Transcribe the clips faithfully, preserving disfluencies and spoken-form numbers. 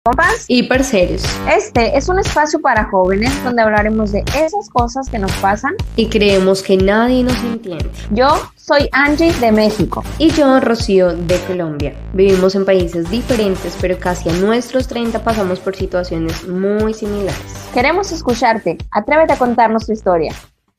Compas y parceros. Este es un espacio para jóvenes donde hablaremos de esas cosas que nos pasan y creemos que nadie nos entiende. Yo soy Angie de México. Y yo, Rocío, de Colombia. Vivimos en países diferentes, pero casi a nuestros treinta pasamos por situaciones muy similares. Queremos escucharte. Atrévete a contarnos tu historia.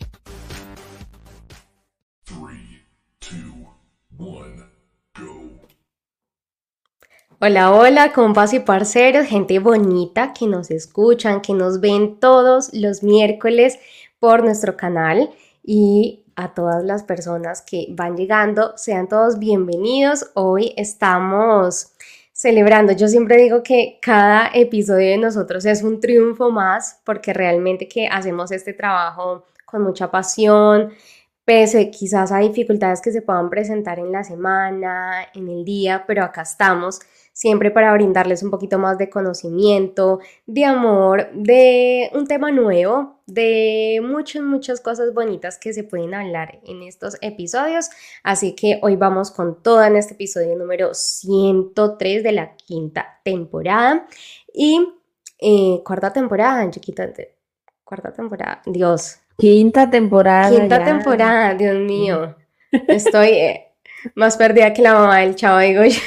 Hola, hola, compas y parceros, gente bonita que nos escuchan, que nos ven todos los miércoles por nuestro canal, y a todas las personas que van llegando, sean todos bienvenidos. Hoy estamos celebrando, yo siempre digo que cada episodio de nosotros es un triunfo más, porque realmente que hacemos este trabajo con mucha pasión, pese quizás a dificultades que se puedan presentar en la semana, en el día, pero acá estamos siempre para brindarles un poquito más de conocimiento, de amor, de un tema nuevo, de muchas, muchas cosas bonitas que se pueden hablar en estos episodios. Así que hoy vamos con todo en este episodio número ciento tres de la quinta temporada. Y eh, cuarta temporada, chiquita, cuarta temporada, Dios. Quinta temporada. Quinta ya. temporada, Dios mío. Estoy eh, más perdida que la mamá del Chavo, digo yo.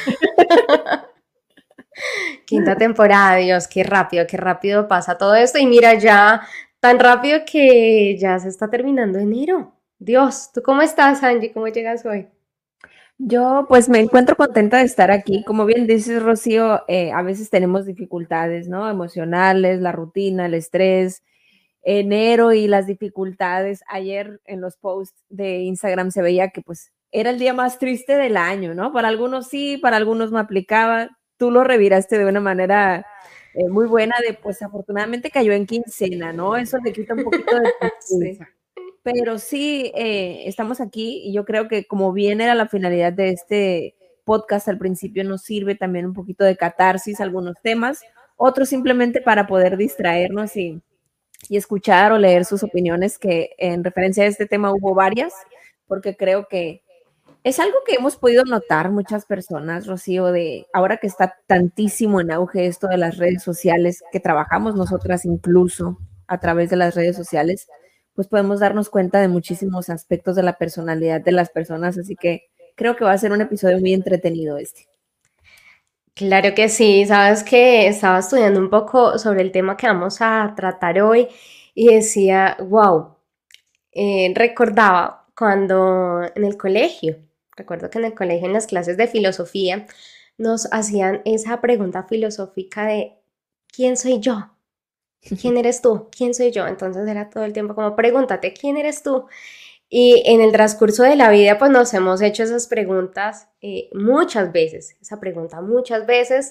Quinta temporada, Dios, qué rápido, qué rápido pasa todo esto. Y mira, ya tan rápido que ya se está terminando enero. Dios, ¿tú cómo estás, Angie? ¿Cómo llegas hoy? Yo pues me encuentro contenta de estar aquí. Como bien dices, Rocío, eh, a veces tenemos dificultades, ¿no? Emocionales, la rutina, el estrés, enero y las dificultades. Ayer en los posts de Instagram se veía que pues era el día más triste del año, ¿no? Para algunos sí, para algunos no aplicaba. Tú lo reviraste de una manera eh, muy buena, de pues afortunadamente cayó en quincena, ¿no? Eso le quita un poquito de tristeza. Pero sí, eh, estamos aquí y yo creo que como bien era la finalidad de este podcast al principio, nos sirve también un poquito de catarsis algunos temas, otros simplemente para poder distraernos y, y escuchar o leer sus opiniones, que en referencia a este tema hubo varias, porque creo que es algo que hemos podido notar muchas personas, Rocío, de ahora que está tantísimo en auge esto de las redes sociales, que trabajamos nosotras incluso a través de las redes sociales, pues podemos darnos cuenta de muchísimos aspectos de la personalidad de las personas, así que creo que va a ser un episodio muy entretenido este. Claro que sí, sabes que estaba estudiando un poco sobre el tema que vamos a tratar hoy y decía, wow, eh, recordaba cuando en el colegio, recuerdo que en el colegio en las clases de filosofía nos hacían esa pregunta filosófica de ¿quién soy yo? ¿Quién eres tú? ¿Quién soy yo? Entonces era todo el tiempo como pregúntate, ¿quién eres tú? Y en el transcurso de la vida, pues nos hemos hecho esas preguntas eh, muchas veces, esa pregunta muchas veces.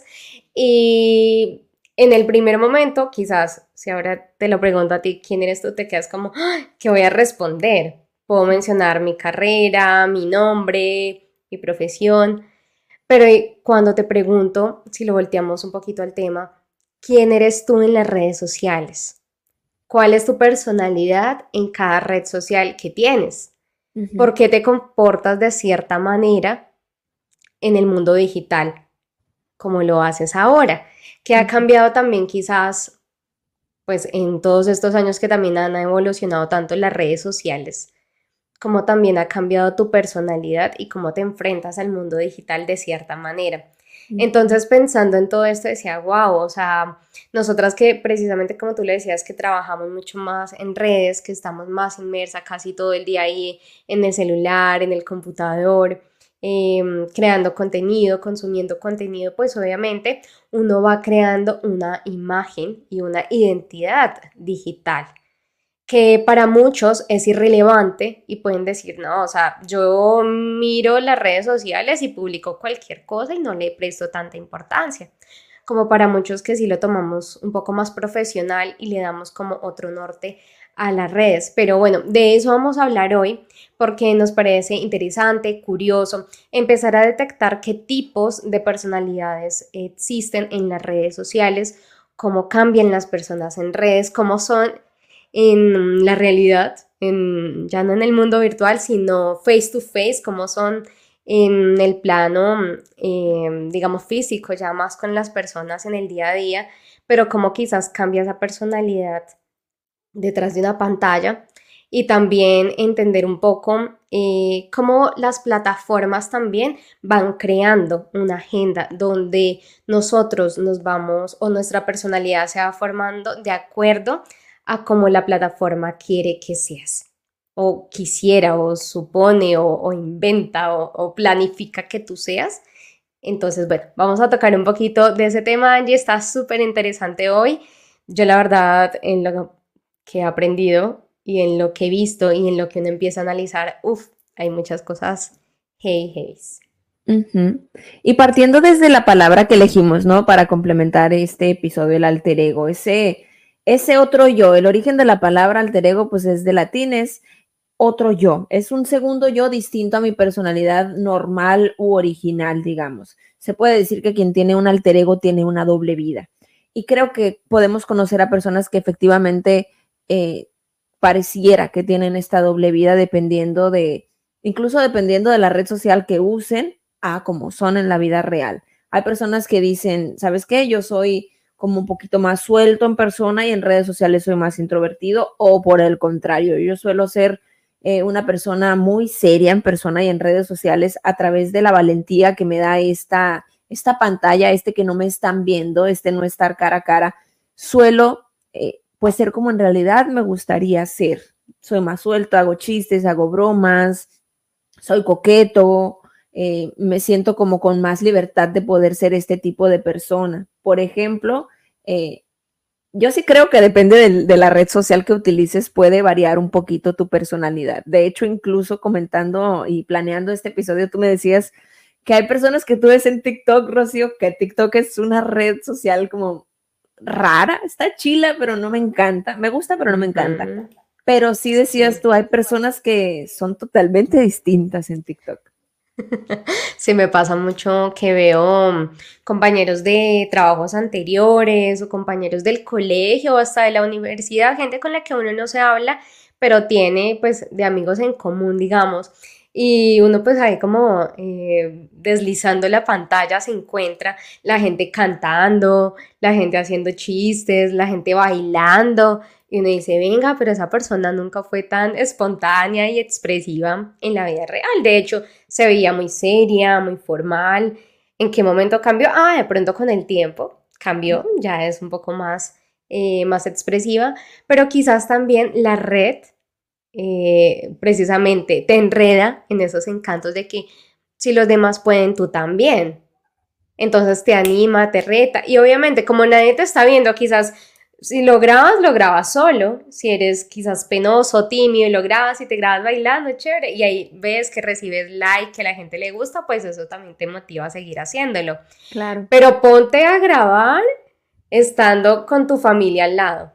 Y en el primer momento, quizás, si ahora te lo pregunto a ti, ¿quién eres tú? Te quedas como, ¡ay! ¿Qué voy a responder? Puedo mencionar mi carrera, mi nombre, mi profesión. Pero cuando te pregunto, si lo volteamos un poquito al tema, ¿quién eres tú en las redes sociales? ¿Cuál es tu personalidad en cada red social que tienes? Uh-huh. ¿Por qué te comportas de cierta manera en el mundo digital como lo haces ahora? ¿Qué ha cambiado también quizás pues en todos estos años que también han evolucionado tanto las redes sociales? ¿Cómo también ha cambiado tu personalidad y cómo te enfrentas al mundo digital de cierta manera? Entonces, pensando en todo esto, decía, wow, o sea, nosotras que precisamente como tú le decías, que trabajamos mucho más en redes, que estamos más inmersas casi todo el día ahí en el celular, en el computador, eh, creando contenido, consumiendo contenido, pues obviamente uno va creando una imagen y una identidad digital, que para muchos es irrelevante y pueden decir, no, o sea, yo miro las redes sociales y publico cualquier cosa y no le presto tanta importancia, como para muchos que sí lo tomamos un poco más profesional y le damos como otro norte a las redes. Pero bueno, de eso vamos a hablar hoy porque nos parece interesante, curioso, empezar a detectar qué tipos de personalidades existen en las redes sociales, cómo cambian las personas en redes, cómo son en la realidad, en, ya no en el mundo virtual, sino face to face, cómo son en el plano, eh, digamos, físico, ya más con las personas en el día a día, pero cómo quizás cambia esa personalidad detrás de una pantalla y también entender un poco eh, cómo las plataformas también van creando una agenda donde nosotros nos vamos o nuestra personalidad se va formando de acuerdo a cómo la plataforma quiere que seas o quisiera o supone o, o inventa o, o planifica que tú seas. Entonces, bueno, vamos a tocar un poquito de ese tema, Angie, está súper interesante hoy. Yo la verdad, en lo que he aprendido y en lo que he visto y en lo que uno empieza a analizar, uff, hay muchas cosas hey, hey. Ujú. Y partiendo desde la palabra que elegimos, ¿no? Para complementar este episodio, el alter ego, ese, ese otro yo, el origen de la palabra alter ego, pues es de latín, es otro yo, es un segundo yo distinto a mi personalidad normal u original, digamos. Se puede decir que quien tiene un alter ego tiene una doble vida. Y creo que podemos conocer a personas que efectivamente eh, pareciera que tienen esta doble vida dependiendo de, incluso dependiendo de la red social que usen, a como son en la vida real. Hay personas que dicen, ¿sabes qué? Yo soy como un poquito más suelto en persona y en redes sociales soy más introvertido, o por el contrario, yo suelo ser eh, una persona muy seria en persona y en redes sociales a través de la valentía que me da esta, esta pantalla, este que no me están viendo, este no estar cara a cara. Suelo eh, pues ser como en realidad me gustaría ser. Soy más suelto, hago chistes, hago bromas, soy coqueto, eh, me siento como con más libertad de poder ser este tipo de persona. Por ejemplo, eh, yo sí creo que depende de, de, la red social que utilices, puede variar un poquito tu personalidad. De hecho, incluso comentando y planeando este episodio, tú me decías que hay personas que tú ves en TikTok, Rocío, que TikTok es una red social como rara, está chila, pero no me encanta. Me gusta, pero no me encanta. Uh-huh. Pero sí decías Sí. tú, hay personas que son totalmente distintas en TikTok. Sí, me pasa mucho que veo compañeros de trabajos anteriores o compañeros del colegio o hasta de la universidad, gente con la que uno no se habla, pero tiene pues de amigos en común, digamos. Y uno pues ahí como eh, deslizando la pantalla se encuentra la gente cantando, la gente haciendo chistes, la gente bailando. Y uno dice, venga, pero esa persona nunca fue tan espontánea y expresiva en la vida real. De hecho, se veía muy seria, muy formal. ¿En qué momento cambió? Ah, de pronto con el tiempo cambió, ya es un poco más, eh, más expresiva, pero quizás también la red eh, precisamente te enreda en esos encantos de que si los demás pueden, tú también. Entonces te anima, te reta y obviamente como nadie te está viendo, quizás si lo grabas, lo grabas solo. Si eres quizás penoso, tímido y lo grabas y te grabas bailando, chévere. Y ahí ves que recibes like, que a la gente le gusta, pues eso también te motiva a seguir haciéndolo. Claro. Pero ponte a grabar estando con tu familia al lado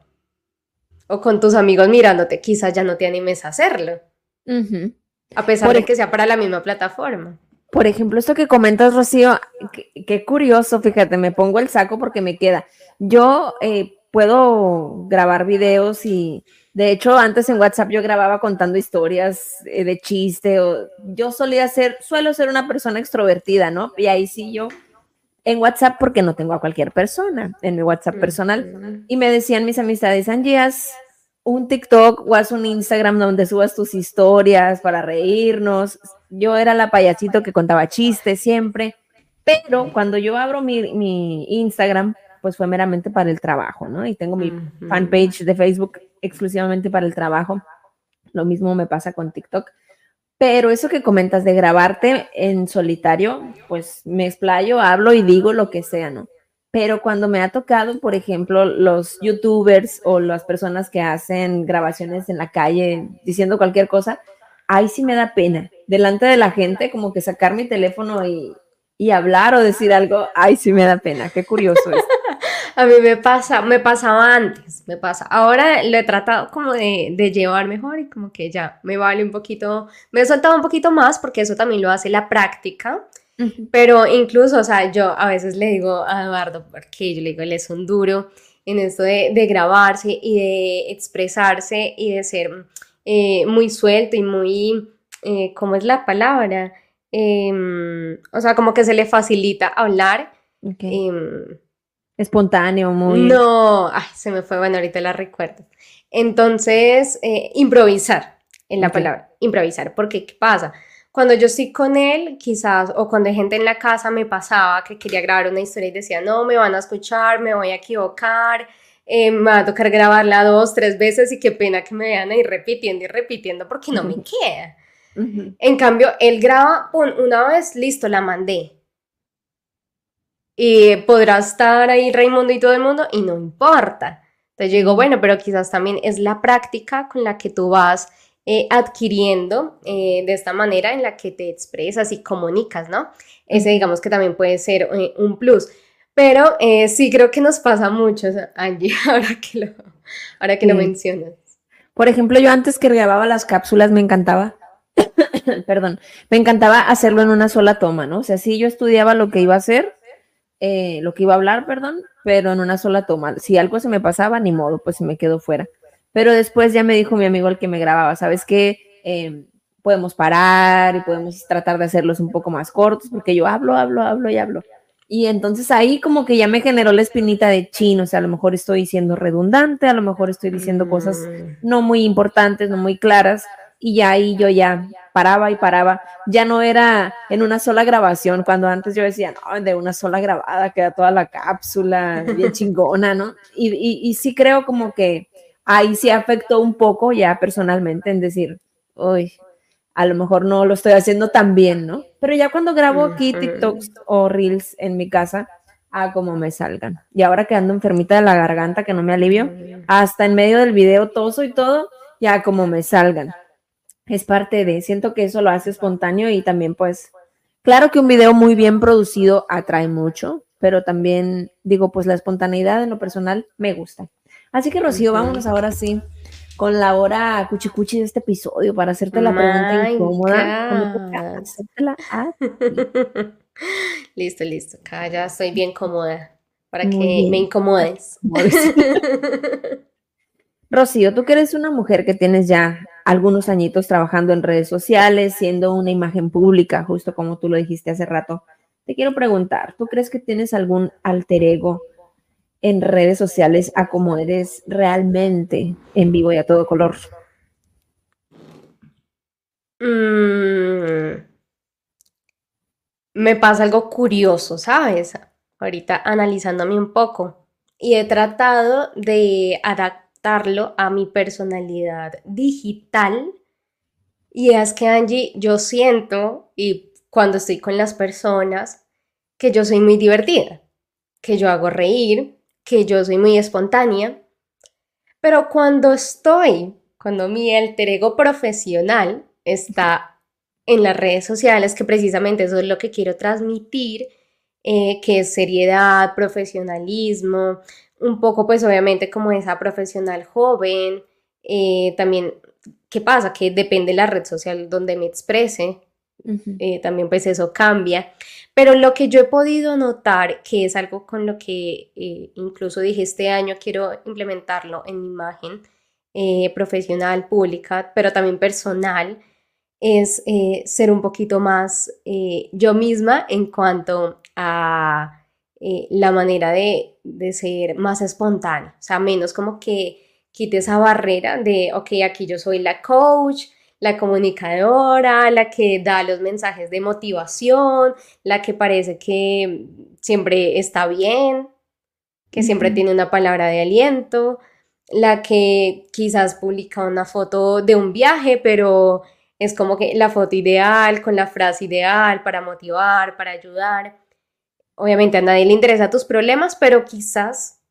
o con tus amigos mirándote. Quizás ya no te animes a hacerlo. Uh-huh. A pesar por de que sea para la misma plataforma. Por ejemplo, esto que comentas, Rocío, qué, qué curioso, fíjate, me pongo el saco porque me queda. Yo eh, puedo grabar videos y, de hecho, antes en WhatsApp yo grababa contando historias eh, de chiste. O, yo solía ser, suelo ser una persona extrovertida, ¿no? Y ahí sí yo, en WhatsApp, porque no tengo a cualquier persona, en mi WhatsApp uh-huh. personal. Y me decían mis amistades, Angie, haz un TikTok o haz un Instagram donde subas tus historias para reírnos. Yo era la payasito que contaba chistes siempre, pero cuando yo abro mi, mi Instagram, pues fue meramente para el trabajo, ¿no? Y tengo mi uh-huh. fanpage de Facebook exclusivamente para el trabajo. Lo mismo me pasa con TikTok. Pero eso que comentas de grabarte en solitario, pues me explayo, hablo y digo lo que sea, ¿no? Pero cuando me ha tocado, por ejemplo, los youtubers o las personas que hacen grabaciones en la calle diciendo cualquier cosa, ahí sí me da pena. Delante de la gente, como que sacar mi teléfono y, y hablar o decir algo, ahí sí me da pena. Qué curioso es. A mí me pasa, me pasaba antes, me pasa. Ahora lo he tratado como de, de llevar mejor y como que ya me vale un poquito, me he soltado un poquito más porque eso también lo hace la práctica. Uh-huh. Pero incluso, o sea, yo a veces le digo a Eduardo, porque yo le digo, él es un duro en esto de, de grabarse y de expresarse y de ser eh, muy suelto y muy, eh, ¿cómo es la palabra? em, o sea, como que se le facilita hablar. Ok. em, Espontáneo, muy... no, ay, se me fue, bueno, ahorita la recuerdo. Entonces, eh, improvisar en la Ok. palabra, improvisar, porque ¿qué pasa? Cuando yo estoy con él, quizás, o cuando hay gente en la casa, me pasaba que quería grabar una historia y decía, no, me van a escuchar, me voy a equivocar, eh, me va a tocar grabarla dos, tres veces y qué pena que me vean ahí repitiendo y repitiendo porque no me queda. Ujú. En cambio, él graba, pum, una vez, listo, la mandé. Y podrá estar ahí Raimundo y todo el mundo y no importa. Entonces yo digo, Mm, bueno, pero quizás también es la práctica con la que tú vas eh, adquiriendo eh, de esta manera en la que te expresas y comunicas, ¿no? Ese ujú. digamos que también puede ser eh, un plus. Pero eh, sí creo que nos pasa mucho, o sea, Angie, ahora que lo, ahora que lo Sí. mencionas. Por ejemplo, yo antes que grababa las cápsulas me encantaba, perdón, me encantaba hacerlo en una sola toma, ¿no? O sea, sí, yo estudiaba lo que iba a hacer, eh, lo que iba a hablar, perdón, pero en una sola toma. Si algo se me pasaba, ni modo, pues se me quedó fuera. Pero después ya me dijo mi amigo el que me grababa, ¿sabes qué? Eh, podemos parar y podemos tratar de hacerlos un poco más cortos, porque yo hablo, hablo, hablo y hablo. Y entonces ahí como que ya me generó la espinita de chin, o sea, a lo mejor estoy siendo redundante, a lo mejor estoy diciendo cosas Mm, no muy importantes, no muy claras, y ya ahí yo ya paraba y paraba. Ya no era en una sola grabación, cuando antes yo decía, no, de una sola grabada queda toda la cápsula bien chingona, ¿no? Y, y, y sí creo como que ahí sí afectó un poco ya personalmente en decir, uy, a lo mejor no lo estoy haciendo tan bien, ¿no? Pero ya cuando grabo aquí TikToks ujú. o Reels en mi casa, a como me salgan. Y ahora que ando enfermita de la garganta, que no me alivio, Mm. hasta en medio del video toso y todo, ya como me salgan. Es parte de, siento que eso lo hace espontáneo y también pues, claro que un video muy bien producido atrae mucho, pero también digo, pues la espontaneidad en lo personal me gusta. Así que Rocío, vámonos Ujú. ahora sí con la hora cuchicuchi de este episodio para hacerte la pregunta My incómoda o me toca God. hacértela a ti. Listo, listo. Acá ya estoy bien cómoda para Muy que me bien. incomodes. Como decía. Rocío, tú que eres una mujer que tienes ya algunos añitos trabajando en redes sociales, siendo una imagen pública, justo como tú lo dijiste hace rato, te quiero preguntar, ¿tú crees que tienes algún alter ego en redes sociales a como eres realmente en vivo y a todo color? Mm, me pasa algo curioso, ¿sabes? Ahorita analizándome un poco y he tratado de adaptarlo a mi personalidad digital. Y es que Angie, yo siento, y cuando estoy con las personas, que yo soy muy divertida, que yo hago reír, que yo soy muy espontánea, pero cuando estoy, cuando mi alter ego profesional está en las redes sociales, que precisamente eso es lo que quiero transmitir, eh, que es seriedad, profesionalismo, un poco pues obviamente como esa profesional joven, eh, también, ¿qué pasa? Que depende de la red social donde me exprese, Ujú. eh, también pues eso cambia. Pero lo que yo he podido notar, que es algo con lo que eh, incluso dije este año, quiero implementarlo en mi imagen eh, profesional, pública, pero también personal, es eh, ser un poquito más eh, yo misma en cuanto a eh, la manera de, de ser más espontánea, o sea, menos como que quite esa barrera de, ok, aquí yo soy la coach, la comunicadora, la que da los mensajes de motivación, la que parece que siempre está bien, que siempre Ujú. tiene una palabra de aliento, la que quizás publica una foto de un viaje, pero es como que la foto ideal, con la frase ideal para motivar, para ayudar. Obviamente a nadie le interesa tus problemas, pero quizás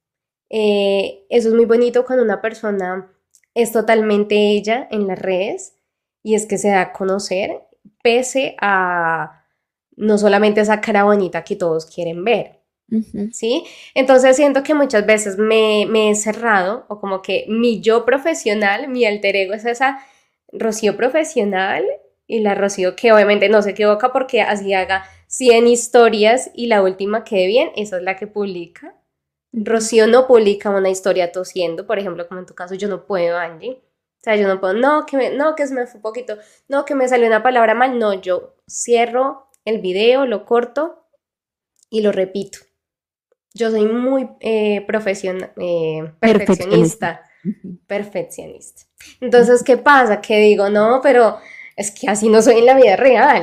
eh, eso es muy bonito cuando una persona es totalmente ella en las redes y es que se da a conocer pese a no solamente esa cara bonita que todos quieren ver. Ujú. ¿Sí? Entonces siento que muchas veces me, me he cerrado o como que mi yo profesional, mi alter ego es esa Rocío profesional y la Rocío que obviamente no se equivoca porque así haga cien historias y la última quede bien, esa es la que publica. Ujú. Rocío no publica una historia tosiendo, por ejemplo, como en tu caso, yo no puedo, Angie. O sea, yo no puedo, no, que me, no, que se me fue un poquito, no, que me salió una palabra mal, no, yo cierro el video, lo corto y lo repito. Yo soy muy eh, profesion- eh, Perfeccionista. perfeccionista, Ujú, perfeccionista. ujú. Entonces, ¿qué pasa? Que digo, no, pero es que así no soy en la vida real.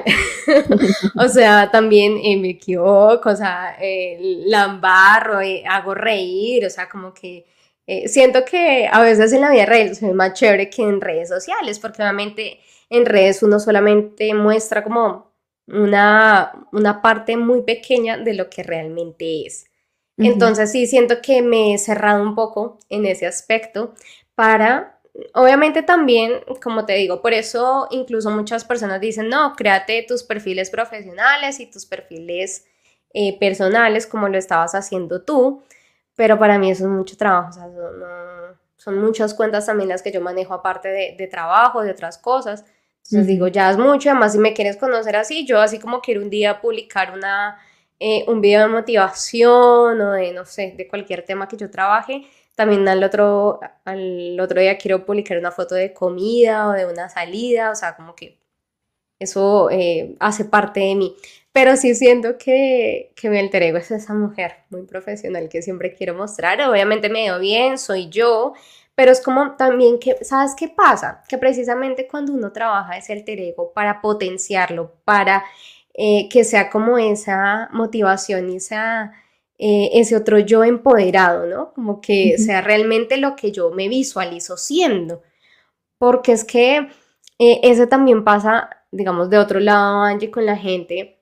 O sea, también eh, me equivoco, o sea, eh, la embarro, eh, hago reír, o sea, como que eh, siento que a veces en la vida real soy más chévere que en redes sociales, porque obviamente en redes uno solamente muestra como una, una parte muy pequeña de lo que realmente es. Ujú, Entonces sí siento que me he cerrado un poco en ese aspecto para, obviamente también, como te digo, por eso incluso muchas personas dicen, no, créate tus perfiles profesionales y tus perfiles eh, personales como lo estabas haciendo tú, pero para mí eso es mucho trabajo, o sea, son, no- son muchas cuentas también las que yo manejo aparte de, de trabajo, de otras cosas. Entonces digo, ujú, ya es mucho, además si me quieres conocer así, yo así como quiero un día publicar una eh, un video de motivación o de, no sé, de cualquier tema que yo trabaje. También al otro, al otro día quiero publicar una foto de comida o de una salida, o sea, como que eso eh, hace parte de mí. Pero sí siento que, que mi alter ego es esa mujer muy profesional que siempre quiero mostrar. Obviamente me veo bien, soy yo, pero es como también que, ¿sabes qué pasa? Que precisamente cuando uno trabaja ese alter ego para potenciarlo, para eh, que sea como esa motivación y esa, eh, ese otro yo empoderado, ¿no? Como que ujú, sea realmente lo que yo me visualizo siendo. Porque es que eh, ese también pasa, digamos, de otro lado, Angie, con la gente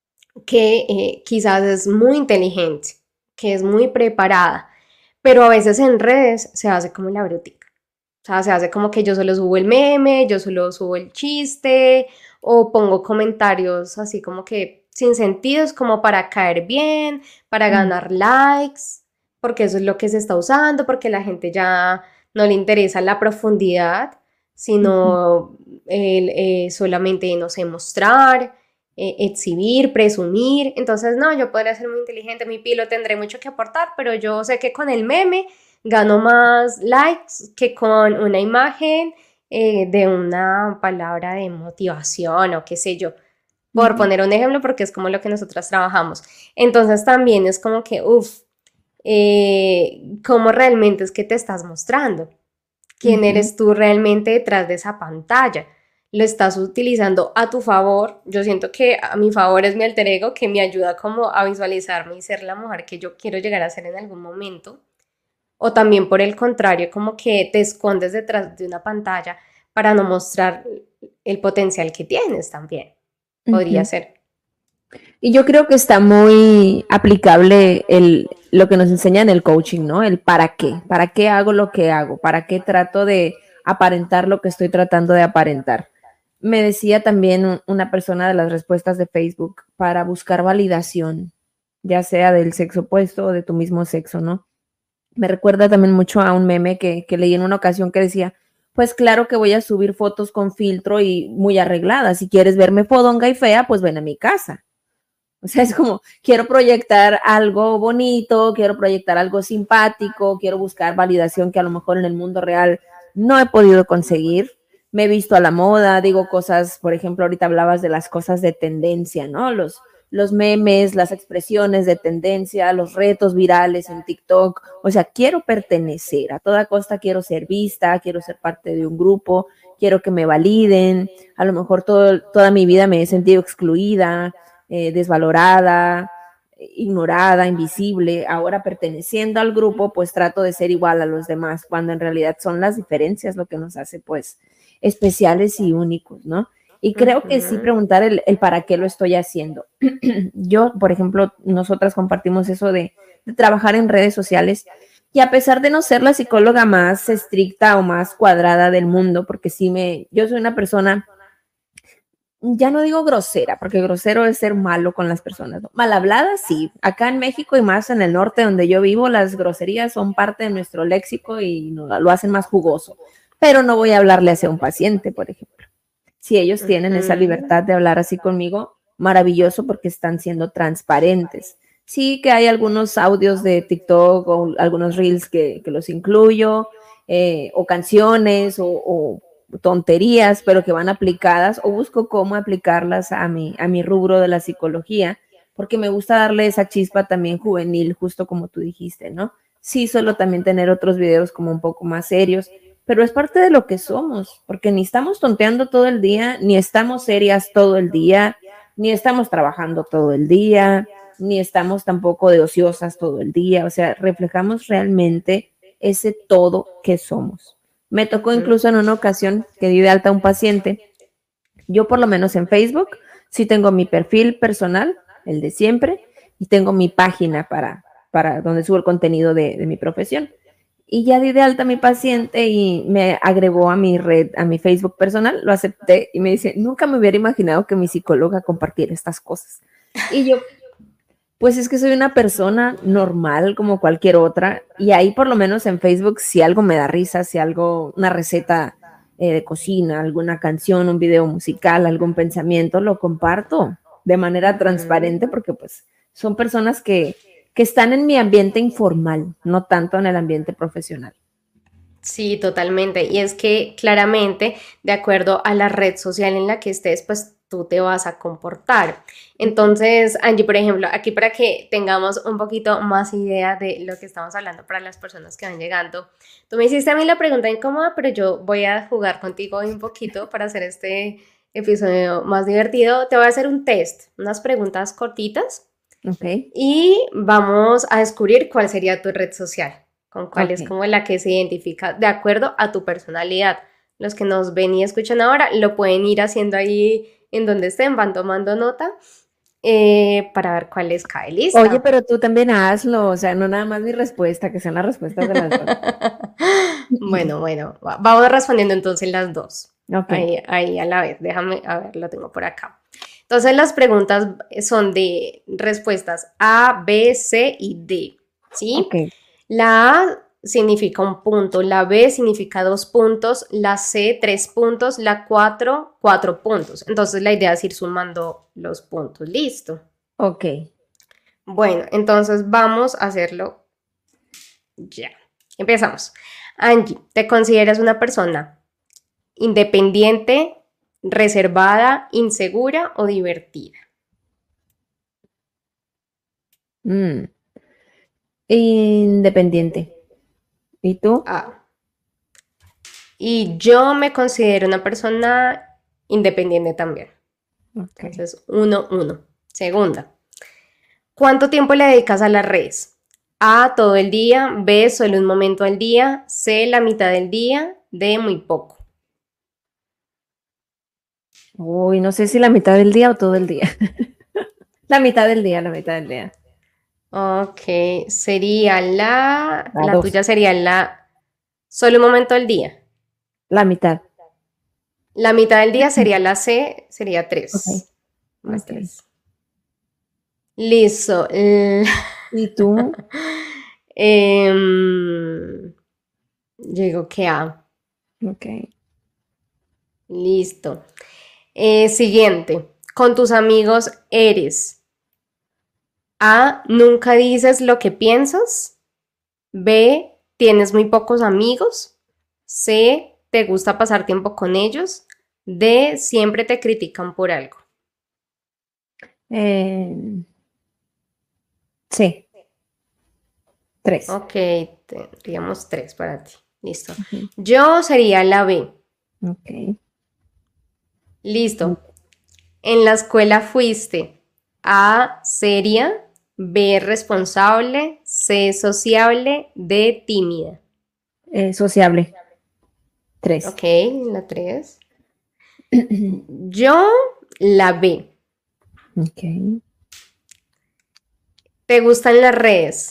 que eh, quizás es muy inteligente, que es muy preparada, pero a veces en redes se hace como la brutica. O sea, se hace como que yo solo subo el meme, yo solo subo el chiste, o pongo comentarios así como que sin sentidos, como para caer bien, para ujú, ganar likes, porque eso es lo que se está usando, porque la gente ya no le interesa la profundidad, ujú. sino el, eh, solamente, no sé, mostrar, eh, exhibir, presumir. Entonces, no, yo podría ser muy inteligente, mi pilo tendré mucho que aportar, pero yo sé que con el meme gano más likes que con una imagen eh, de una palabra de motivación o qué sé yo, por Ujú, poner un ejemplo, porque es como lo que nosotras trabajamos. Entonces también es como que, uff, eh, ¿cómo realmente es que te estás mostrando? ¿Quién ujú. eres tú realmente detrás de esa pantalla? ¿Lo estás utilizando a tu favor? Yo siento que a mi favor es mi alter ego que me ayuda como a visualizarme y ser la mujer que yo quiero llegar a ser en algún momento. O también por el contrario, como que te escondes detrás de una pantalla para no mostrar el potencial que tienes también. Podría Ujú. ser. Y yo creo que está muy aplicable el, lo que nos enseña en el coaching, ¿no? El para qué, para qué hago lo que hago, para qué trato de aparentar lo que estoy tratando de aparentar. Me decía también una persona de las respuestas de Facebook para buscar validación, ya sea del sexo opuesto o de tu mismo sexo, ¿no? Me recuerda también mucho a un meme que, que leí en una ocasión que decía, pues claro que voy a subir fotos con filtro y muy arreglada. Si quieres verme fodonga y fea, pues ven a mi casa. O sea, es como, quiero proyectar algo bonito, quiero proyectar algo simpático, quiero buscar validación que a lo mejor en el mundo real no he podido conseguir. Me he visto a la moda, digo cosas, por ejemplo, ahorita hablabas de las cosas de tendencia, ¿no? Los, los memes, las expresiones de tendencia, los retos virales en TikTok. O sea, quiero pertenecer, a toda costa quiero ser vista, quiero ser parte de un grupo, quiero que me validen. A lo mejor todo, toda mi vida me he sentido excluida, eh, desvalorada, ignorada, invisible, ahora perteneciendo al grupo, pues trato de ser igual a los demás, cuando en realidad son las diferencias lo que nos hace pues especiales y únicos, ¿no? Y creo que sí Ujú. preguntar el, el para qué lo estoy haciendo. Yo, por ejemplo, nosotras compartimos eso de, de trabajar en redes sociales y a pesar de no ser la psicóloga más estricta o más cuadrada del mundo, porque sí me, yo soy una persona ya no digo grosera, porque grosero es ser malo con las personas, ¿no? Mal hablada, sí. Acá en México y más en el norte donde yo vivo, las groserías son parte de nuestro léxico y no, lo hacen más jugoso. Pero no voy a hablarle hacia un paciente, por ejemplo. Si ellos tienen esa Ujú. libertad de hablar así conmigo, maravilloso porque están siendo transparentes. Sí que hay algunos audios de TikTok o algunos reels que, que los incluyo, eh, o canciones o, o tonterías, pero que van aplicadas, o busco cómo aplicarlas a mi, a mi rubro de la psicología, porque me gusta darle esa chispa también juvenil, justo como tú dijiste, ¿no? Sí, solo también tener otros videos como un poco más serios, pero es parte de lo que somos, porque ni estamos tonteando todo el día, ni estamos serias todo el día, ni estamos trabajando todo el día, ni estamos tampoco de ociosas todo el día, o sea, reflejamos realmente ese todo que somos. Me tocó Ujú. incluso en una ocasión que di de alta a un paciente. Yo por lo menos en Facebook sí tengo mi perfil personal, el de siempre, y tengo mi página para, para donde subo el contenido de, de mi profesión. Y ya di de alta a mi paciente y me agregó a mi red, a mi Facebook personal, lo acepté y me dice, nunca me hubiera imaginado que mi psicóloga compartiera estas cosas. Y yo, pues es que soy una persona normal como cualquier otra y ahí por lo menos en Facebook si algo me da risa, si algo, una receta eh, de cocina, alguna canción, un video musical, algún pensamiento, lo comparto de manera Ujú. transparente porque pues son personas que, que están en mi ambiente informal, no tanto en el ambiente profesional. Sí, totalmente. Y es que claramente, de acuerdo a la red social en la que estés, pues tú te vas a comportar. Entonces, Angie, por ejemplo, aquí para que tengamos un poquito más idea de lo que estamos hablando para las personas que van llegando, tú me hiciste a mí la pregunta incómoda, pero yo voy a jugar contigo hoy un poquito para hacer este episodio más divertido. Te voy a hacer un test, unas preguntas cortitas Ok, y vamos a descubrir cuál sería tu red social, con cuál ok. es como la que se identifica de acuerdo a tu personalidad. Los que nos ven y escuchan ahora lo pueden ir haciendo ahí en donde estén, van tomando nota eh, para ver cuál les cae. Oye, ¿Lista? pero tú también hazlo, o sea, no nada más mi respuesta, que sean las respuestas de las dos. Bueno, bueno, va- vamos respondiendo entonces las dos. Ok, Ahí, ahí a la vez, déjame, a ver, lo tengo por acá. Entonces las preguntas son de respuestas A, B, C y D, ¿sí? ok. La A significa un punto, la B significa dos puntos, la C tres puntos, la cuatro cuatro puntos. Entonces la idea es ir sumando los puntos. Listo. Ok. Bueno, entonces vamos a hacerlo ya. Empezamos. Angie, ¿te consideras una persona independiente, reservada, insegura o divertida? Mm, Independiente. ¿Y tú? Ah, y yo me considero una persona independiente también. Ok. Entonces, uno, uno. Segunda, ¿cuánto tiempo le dedicas a las redes? A, todo el día, B, solo un momento al día, C, la mitad del día, D, muy poco. Uy, no sé si la mitad del día o todo el día. La mitad del día, la mitad del día. Ok, sería la, La la dos. tuya sería la, solo un momento al día. La mitad. La mitad del día sería la C, sería Ok, tres más ok. tres. Listo. L- ¿Y tú? Em, yo digo que A. Ok. Listo. Eh, siguiente. Con tus amigos eres A. Nunca dices lo que piensas. B. Tienes muy pocos amigos. C. Te gusta pasar tiempo con ellos. D. Siempre te critican por algo. Eh, sí, tres. Ok, tendríamos tres para ti. Listo. Ujú. Yo sería la B. Ok. Listo. En la escuela fuiste A, seria, B, responsable, C, sociable, D, tímida. Eh, sociable. Tres. Ok, la tres. Yo, la B. Ok. ¿Te gustan las redes?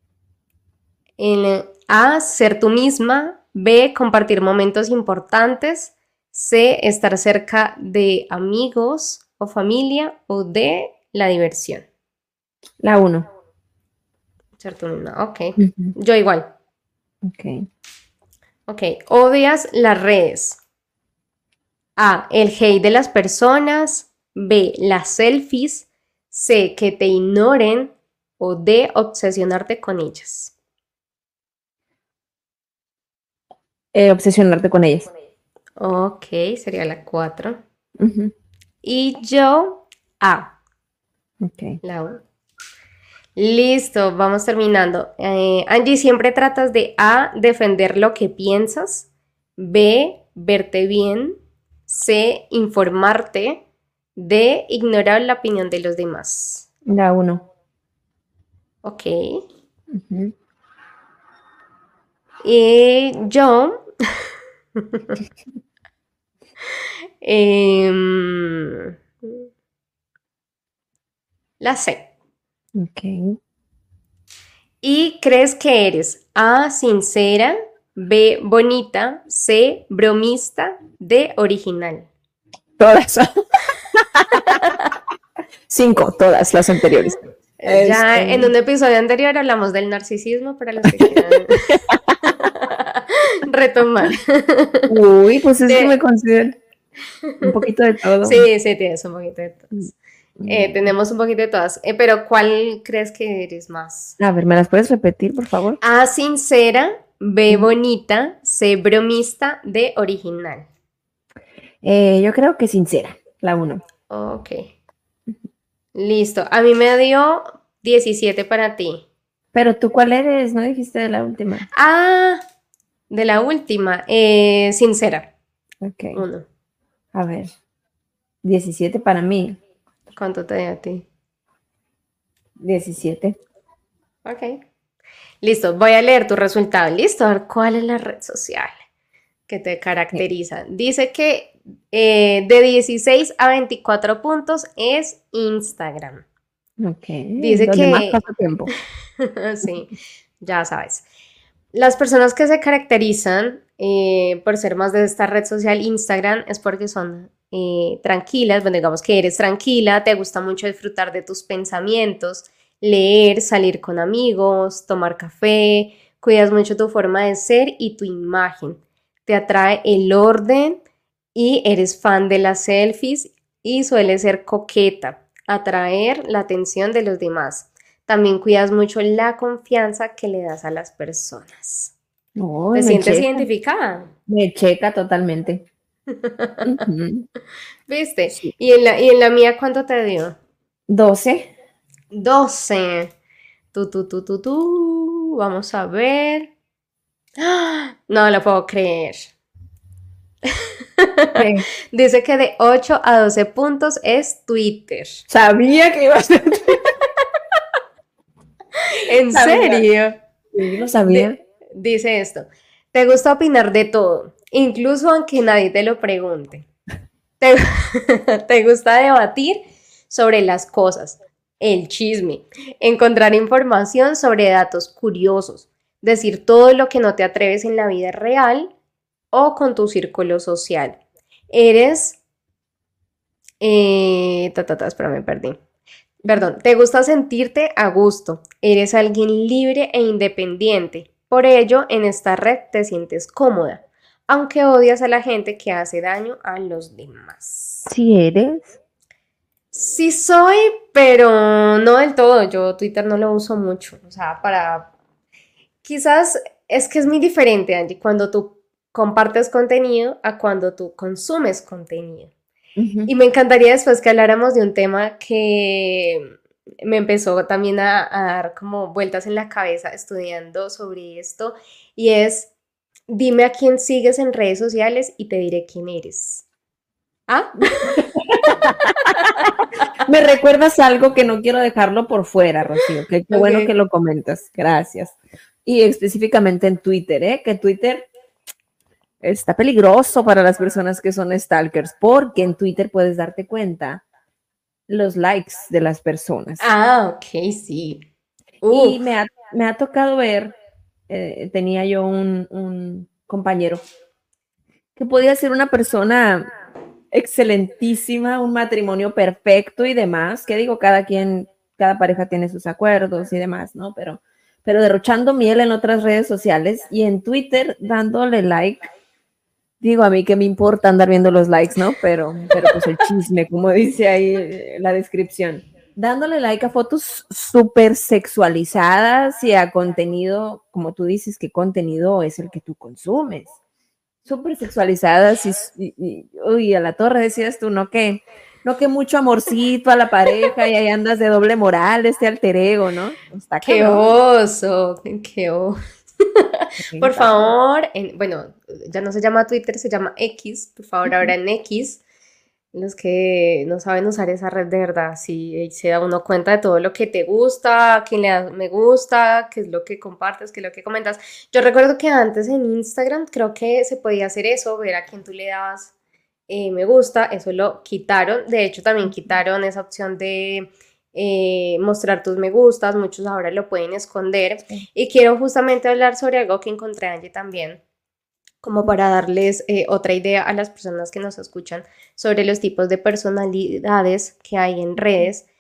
En A, ser tú misma, B, compartir momentos importantes, C, estar cerca de amigos o familia, o D, la diversión. La uno. Ser tú misma, ok. Ujú. Yo igual. Ok. Ok, odias las redes. A, el hate de las personas. B, las selfies. C, que te ignoren. O D, obsesionarte con ellas. Eh, obsesionarte con ellas. Ok, sería la cuatro. Ujú, Y yo, A, ok. la U. Listo, vamos terminando. Eh, Angie, siempre tratas de A, defender lo que piensas, B, verte bien, C, informarte, D, ignorar la opinión de los demás. La uno. Ok. Ujú. Y yo, em, la C. Ok. ¿Y crees que eres A, sincera, B, bonita, C, bromista, D, original? Todas. Cinco, todas las anteriores. Ya en Este, un episodio anterior hablamos del narcisismo para los que quieran retomar. uy, pues es que me De- considero un poquito de todo. Sí, sí, tienes un poquito de Mm, todas. Eh, mm. tenemos un poquito de todas. Eh, pero ¿cuál crees que eres más? A ver, ¿me las puedes repetir, por favor? A, sincera, B, Mm. bonita, C, bromista, D, original. Eh, yo creo que sincera, la uno. Ok, listo. A mí me dio diecisiete para ti. Pero tú, ¿cuál eres? No dijiste de la última. Ah, de la última, eh, sincera. Ok, Uno. a ver. Diecisiete para mí. ¿Cuánto te dio a ti? Diecisiete. Ok. Listo, voy a leer tu resultado. Listo, a ver cuál es la red social que te Ok, caracteriza. Dice que eh, de dieciséis a veinticuatro puntos es Instagram. ok. Dice Donde más que, paso tiempo. sí, ya sabes. Las personas que se caracterizan eh, por ser más de esta red social Instagram es porque son eh, tranquilas, bueno, digamos que eres tranquila, te gusta mucho disfrutar de tus pensamientos, leer, salir con amigos, tomar café, cuidas mucho tu forma de ser y tu imagen, te atrae el orden y eres fan de las selfies y sueles ser coqueta, atraer la atención de los demás. También cuidas mucho la confianza que le das a las personas. Uy, ¿Te me sientes checa. identificada? Me checa totalmente. Ujú, ¿Viste? sí. ¿Y en la, y en la mía cuánto te dio? Doce. Doce. Tú, tú, tú, tú, tú. Vamos a ver. ¡Ah! No lo puedo creer. ¿Qué? Dice que de ocho a doce puntos es Twitter. Sabía que iba a ser. ¿En Sabía. serio? Sí, lo sabía. De- dice esto. Te gusta opinar de todo, incluso aunque nadie te lo pregunte. Te, te gusta debatir sobre las cosas, el chisme, encontrar información sobre datos curiosos, decir todo lo que no te atreves en la vida real o con tu círculo social. Eres... Eh, ta, ta, ta, espera, me perdí. Perdón, te gusta sentirte a gusto, eres alguien libre e independiente. Por ello, en esta red te sientes cómoda, aunque odias a la gente que hace daño a los demás. Sí eres. Sí soy, pero no del todo. Yo Twitter no lo uso mucho. O sea, para... Quizás es que es muy diferente, Angie, cuando tú compartes contenido a cuando tú consumes contenido. Ujú. Y me encantaría después que habláramos de un tema que me empezó también a, a dar como vueltas en la cabeza estudiando sobre esto, y es, dime a quién sigues en redes sociales y te diré quién eres. ¿Ah? Me recuerdas algo que no quiero dejarlo por fuera, Rocío, que qué bueno que Ok. lo comentas. Gracias. Y específicamente en Twitter, ¿eh? Que Twitter está peligroso para las personas que son stalkers, porque en Twitter puedes darte cuenta los likes de las personas. Ah, ok, sí. Y me Uf. ha, me ha tocado ver, eh, tenía yo un, un compañero que podía ser una persona excelentísima, un matrimonio perfecto y demás, que digo, cada quien, cada pareja tiene sus acuerdos y demás, ¿no? Pero, pero derrochando miel en otras redes sociales y en Twitter dándole like. Digo, a mí que me importa andar viendo los likes, ¿no? Pero, pero pues el chisme, como dice ahí eh, la descripción. Dándole like a fotos súper sexualizadas y a contenido, como tú dices, ¿qué contenido es el que tú consumes? súper sexualizadas y, y, y, uy, a la torre decías tú, no que, no que mucho amorcito a la pareja y ahí andas de doble moral, este alter ego, ¿no? Está ¡Qué cabrón. oso! ¡Qué oso! Sí, Por está cabrón. favor, en- bueno, ya no se llama Twitter, se llama X. Por favor, ahora Ujú. en X, los que no saben usar esa red de verdad, sí se da uno cuenta de todo lo que te gusta, quién le da me gusta, qué es lo que compartes, qué es lo que comentas. Yo recuerdo que antes en Instagram creo que se podía hacer eso, ver a quién tú le dabas eh, me gusta, eso lo quitaron. De hecho, también Ujú. quitaron esa opción de eh, mostrar tus me gustas, muchos ahora lo pueden esconder. Sí. Y quiero justamente hablar sobre algo que encontré Angie también, como para darles eh, otra idea a las personas que nos escuchan sobre los tipos de personalidades que hay en Ujú. redes.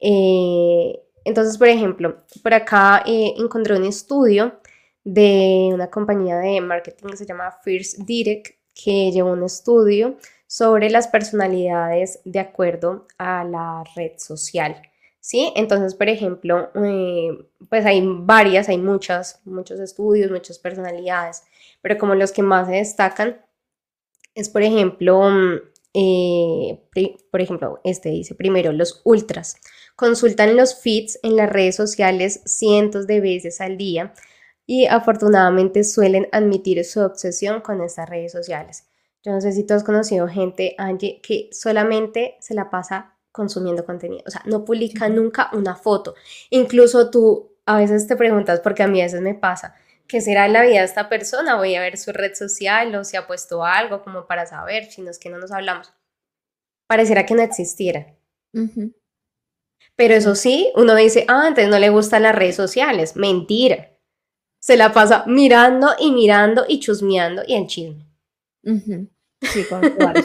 Eh, entonces, por ejemplo, por acá eh, encontré un estudio de una compañía de marketing que se llama First Direct, que llevó un estudio sobre las personalidades de acuerdo a la red social. ¿Sí? Entonces, por ejemplo, eh, pues hay varias, hay muchas, muchos estudios, muchas personalidades, pero como los que más se destacan es, por ejemplo, mm, eh, pri- por ejemplo, este dice primero, los ultras. Consultan los feeds en las redes sociales cientos de veces al día y afortunadamente suelen admitir su obsesión con estas redes sociales. Yo no sé si tú has conocido gente, Angie, que solamente se la pasa consumiendo contenido, o sea, no publica Sí. nunca una foto. Incluso tú a veces te preguntas, porque a mí a veces me pasa, ¿qué será la vida de esta persona? Voy a ver su red social o si ha puesto algo como para saber, si no es que no nos hablamos. Pareciera que no existiera. Ujú. Pero eso Sí. sí, uno dice, ah, entonces no le gustan las redes sociales. Mentira. Se la pasa mirando y mirando y chusmeando y en chisme. Ujú. Sí, conozco varios.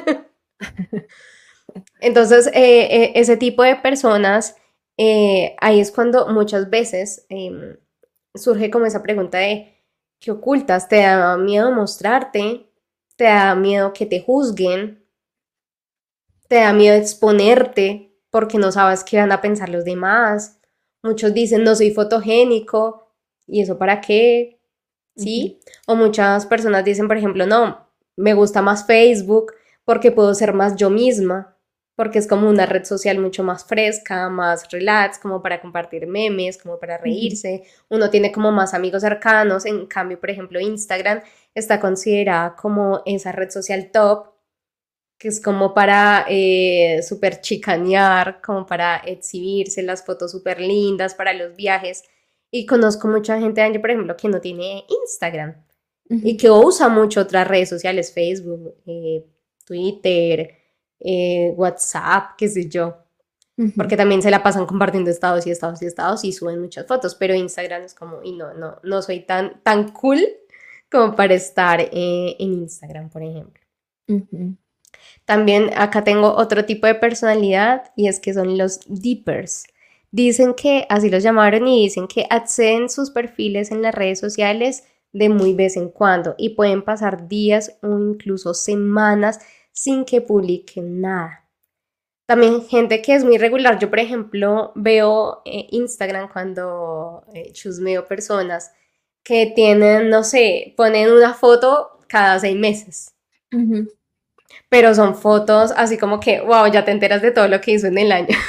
Entonces, eh, eh, ese tipo de personas, eh, ahí es cuando muchas veces eh, surge como esa pregunta de, ¿qué ocultas? ¿Te da miedo mostrarte? ¿Te da miedo que te juzguen? ¿Te da miedo exponerte porque no sabes qué van a pensar los demás? Muchos dicen, no soy fotogénico, ¿y eso para qué? Ujú. ¿Sí? O muchas personas dicen, por ejemplo, no, me gusta más Facebook porque puedo ser más yo misma, porque es como una red social mucho más fresca, más relax, como para compartir memes, como para Ujú. reírse. Uno tiene como más amigos cercanos, en cambio, por ejemplo, Instagram está considerada como esa red social top, que es como para eh, super chicanear, como para exhibirse las fotos súper lindas para los viajes. Y conozco mucha gente, Angie, por ejemplo, que no tiene Instagram y Ujú. que usa mucho otras redes sociales, Facebook, eh, Twitter, eh, WhatsApp, qué sé yo, Ujú. porque también se la pasan compartiendo estados y estados y estados y suben muchas fotos, pero Instagram es como, y no, no, no soy tan, tan cool como para estar eh, en Instagram, por ejemplo. Ujú. También acá tengo otro tipo de personalidad y es que son los deepers. Dicen que, así los llamaron, y dicen que acceden sus perfiles en las redes sociales de muy vez en cuando y pueden pasar días o incluso semanas sin que publiquen nada. También gente que es muy regular. Yo, por ejemplo, veo eh, Instagram cuando eh, chusmeo personas que tienen, no sé, ponen una foto cada seis meses, Ujú. pero son fotos así como que, wow, ya te enteras de todo lo que hizo en el año.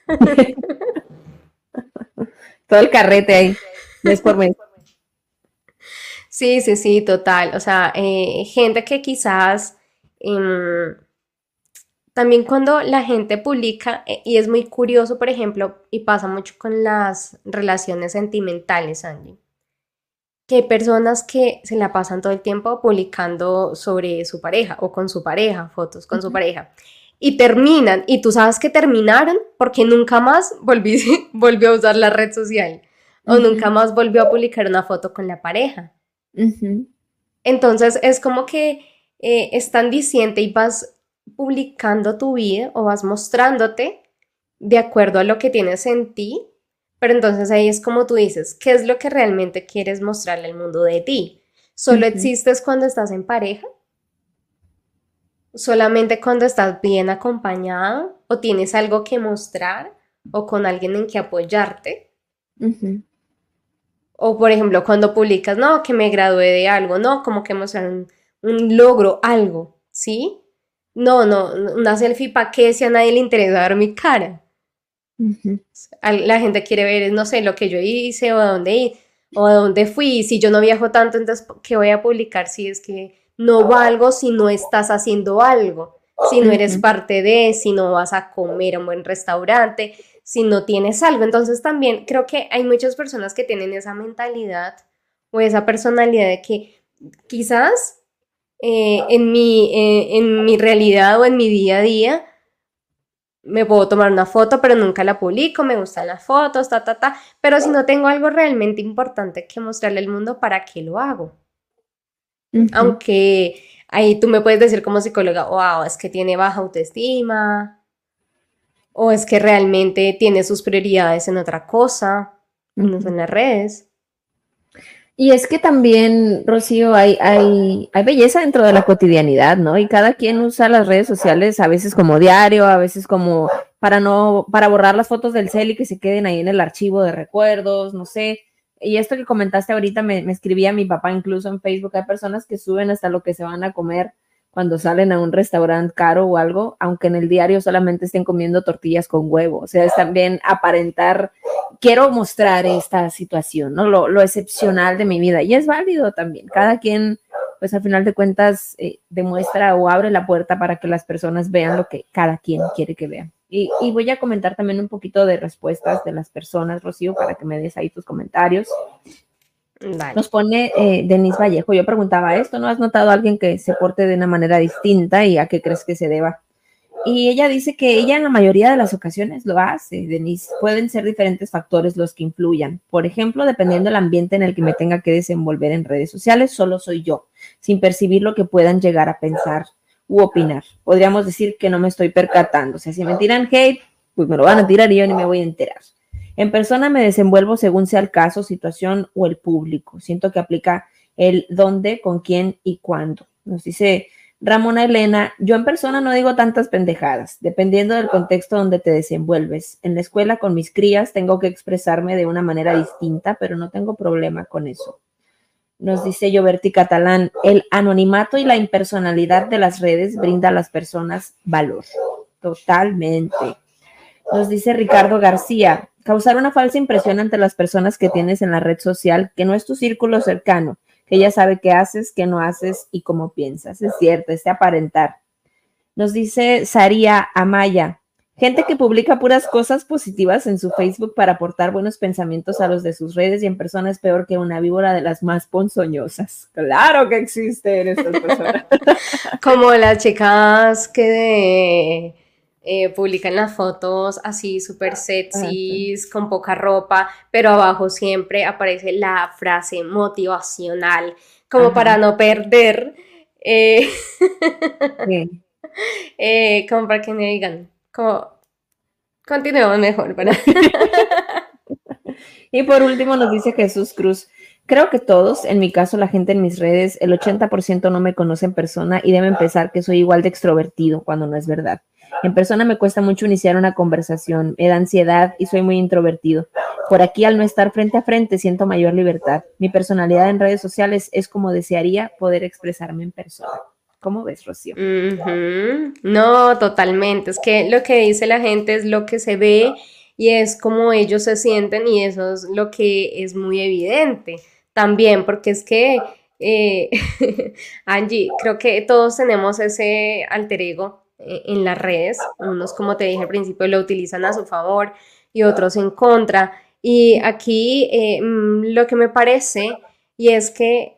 Todo el carrete ahí, mes por mes. Sí, sí, sí, total. O sea, eh, gente que quizás em, también cuando la gente publica, eh, y es muy curioso, por ejemplo, y pasa mucho con las relaciones sentimentales, Angie, que hay personas que se la pasan todo el tiempo publicando sobre su pareja o con su pareja, fotos con su Ujú. pareja. Y terminan, y tú sabes que terminaron porque nunca más volví, volvió a usar la red social o nunca Ujú. más volvió a publicar una foto con la pareja. Ujú. Entonces es como que eh, es tan diciente y vas publicando tu vida o vas mostrándote de acuerdo a lo que tienes en ti, pero entonces ahí es como tú dices, ¿qué es lo que realmente quieres mostrarle al mundo de ti? ¿Solo Ujú. existes cuando estás en pareja? ¿Solamente cuando estás bien acompañado? ¿O tienes algo que mostrar? ¿O con alguien en que apoyarte? Ujú. O por ejemplo, cuando publicas, no, que me gradué de algo, no, como que mostrar un, un logro, algo, ¿sí? No, no, una selfie para qué si a nadie le interesa ver mi cara. Ujú. La gente quiere ver, no sé, lo que yo hice o a dónde, o a dónde fui. Si yo no viajo tanto, entonces, ¿qué voy a publicar si es que no valgo si no estás haciendo algo? Si no eres Ujú. parte de, si no vas a comer a un buen restaurante, si no tienes algo. Entonces también creo que hay muchas personas que tienen esa mentalidad o esa personalidad de que quizás eh, en, mi, eh, en mi realidad o en mi día a día me puedo tomar una foto, pero nunca la publico, me gustan las fotos, ta, ta, ta, pero si no tengo algo realmente importante que mostrarle al mundo, ¿para qué lo hago? Ujú. Aunque ahí tú me puedes decir como psicóloga, wow, es que tiene baja autoestima, o es que realmente tiene sus prioridades en otra cosa, y no Ujú. son las redes. Y es que también, Rocío, hay, hay, hay belleza dentro de la cotidianidad, ¿no? Y cada quien usa las redes sociales a veces como diario, a veces como para no, para borrar las fotos del cel y que se queden ahí en el archivo de recuerdos, no sé. Y esto que comentaste ahorita me, me escribía mi papá incluso en Facebook. Hay personas que suben hasta lo que se van a comer cuando salen a un restaurante caro o algo, aunque en el diario solamente estén comiendo tortillas con huevo. O sea, es también aparentar, quiero mostrar esta situación, ¿no? Lo, lo excepcional de mi vida. Y es válido también. Cada quien, pues al final de cuentas, eh, demuestra o abre la puerta para que las personas vean lo que cada quien quiere que vean. Y, y voy a comentar también un poquito de respuestas de las personas, Rocío, para que me des ahí tus comentarios. Vale. Nos pone eh, Denise Vallejo, yo preguntaba esto, ¿no has notado a alguien que se porte de una manera distinta y a qué crees que se deba? Y ella dice que ella en la mayoría de las ocasiones lo hace, Denise. Pueden ser diferentes factores los que influyan. Por ejemplo, dependiendo del ambiente en el que me tenga que desenvolver en redes sociales, solo soy yo, sin percibir lo que puedan llegar a pensar u opinar. Podríamos decir que no me estoy percatando. O sea, si me tiran hate, pues me lo van a tirar y yo ni me voy a enterar. En persona me desenvuelvo según sea el caso, situación o el público. Siento que aplica el dónde, con quién y cuándo. Nos dice Ramona Elena, yo en persona no digo tantas pendejadas, dependiendo del contexto donde te desenvuelves. En la escuela con mis crías tengo que expresarme de una manera distinta, pero no tengo problema con eso. Nos dice Yoberti Catalán, el anonimato y la impersonalidad de las redes brinda a las personas valor. Totalmente. Nos dice Ricardo García, causar una falsa impresión ante las personas que tienes en la red social, que no es tu círculo cercano, que ella sabe qué haces, qué no haces y cómo piensas. Es cierto, este aparentar. Nos dice Saria Amaya, gente que publica puras cosas positivas en su Facebook para aportar buenos pensamientos a los de sus redes y en persona es peor que una víbora de las más ponzoñosas. Claro que existen estas personas. Como las chicas que de, eh, publican las fotos así súper Ah, sí. sexys, con poca ropa, pero abajo siempre aparece la frase motivacional, como para Ajá. no perder, eh, Sí. eh, como para que me digan, como, continuemos mejor, para... Y por último nos dice Jesús Cruz, creo que todos, en mi caso la gente en mis redes, el ochenta por ciento no me conoce en persona y deben pensar que soy igual de extrovertido cuando no es verdad. En persona me cuesta mucho iniciar una conversación, me da ansiedad y soy muy introvertido. Por aquí, al no estar frente a frente, siento mayor libertad. Mi personalidad en redes sociales es como desearía poder expresarme en persona. ¿Cómo ves, Rocío? Ujú. No, totalmente. Es que lo que dice la gente es lo que se ve y es como ellos se sienten y eso es lo que es muy evidente también, porque es que, eh, Angie, creo que todos tenemos ese alter ego eh, en las redes. Unos, como te dije al principio, lo utilizan a su favor y otros en contra. Y aquí eh, mm, lo que me parece y es que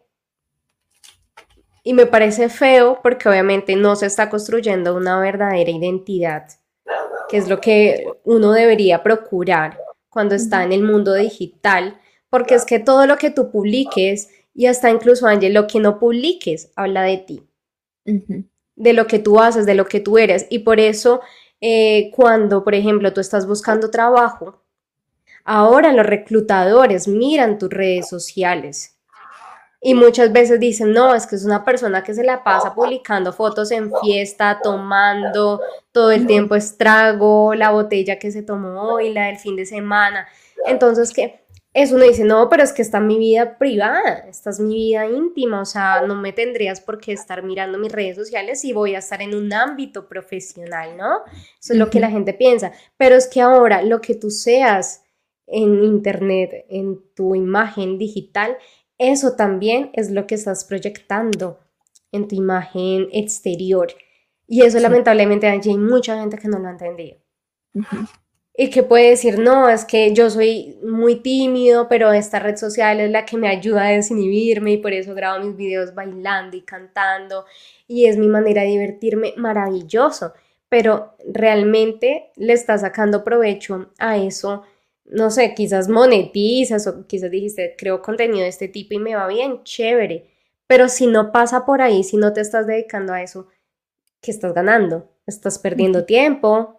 y me parece feo porque obviamente no se está construyendo una verdadera identidad, que es lo que uno debería procurar cuando está en el mundo digital, porque es que todo lo que tú publiques y hasta incluso, Ángel, lo que no publiques habla de ti, Ujú. de lo que tú haces, de lo que tú eres. Y por eso, eh, cuando, por ejemplo, tú estás buscando trabajo, ahora los reclutadores miran tus redes sociales. Y muchas veces dicen, no, es que es una persona que se la pasa publicando fotos en fiesta, tomando, todo el Ujú. tiempo es trago, la botella que se tomó hoy, la del fin de semana. Entonces, ¿qué? eso uno dice, no, pero es que esta es mi vida privada, esta es mi vida íntima, o sea, no me tendrías por qué estar mirando mis redes sociales si voy a estar en un ámbito profesional, ¿no? Eso es lo que la Ujú. gente piensa, pero es que ahora lo que tú seas en internet, en tu imagen digital, eso también es lo que estás proyectando en tu imagen exterior. Y eso Sí. lamentablemente hay mucha gente que no lo ha entendido. Ujú. Y que puede decir, no, es que yo soy muy tímido, pero esta red social es la que me ayuda a desinhibirme y por eso grabo mis videos bailando y cantando y es mi manera de divertirme, maravilloso, pero realmente le estás sacando provecho a eso, no sé, quizás monetizas o quizás dijiste, creo contenido de este tipo y me va bien, chévere, pero si no pasa por ahí, si no te estás dedicando a eso, ¿qué estás ganando? Estás Ujú. perdiendo tiempo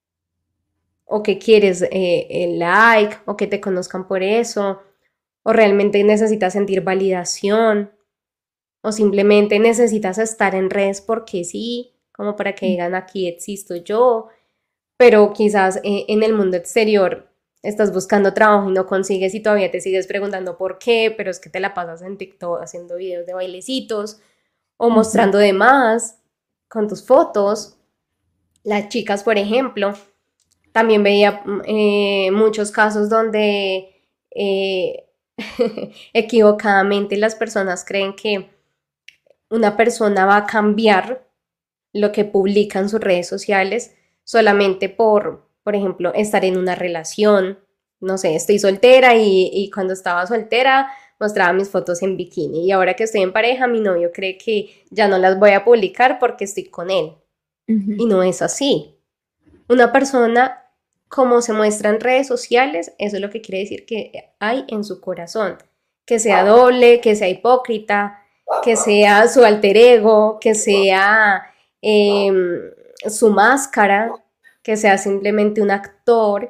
o que quieres eh, el like o que te conozcan por eso o realmente necesitas sentir validación o simplemente necesitas estar en redes porque sí, como para que digan aquí existo yo, pero quizás eh, en el mundo exterior estás buscando trabajo y no consigues y todavía te sigues preguntando por qué, pero es que te la pasas en TikTok haciendo videos de bailecitos o Ujú. mostrando de más con tus fotos. Las chicas, por ejemplo, también veía eh, muchos casos donde eh, equivocadamente las personas creen que una persona va a cambiar lo que publica en sus redes sociales solamente por, por ejemplo, estar en una relación. No sé, estoy soltera y, y cuando estaba soltera mostraba mis fotos en bikini y ahora que estoy en pareja mi novio cree que ya no las voy a publicar porque estoy con él. Ujú. Y no es así. Una persona, como se muestra en redes sociales, eso es lo que quiere decir que hay en su corazón. Que sea doble, que sea hipócrita, que sea su alter ego, que sea eh, su máscara, que sea simplemente un actor,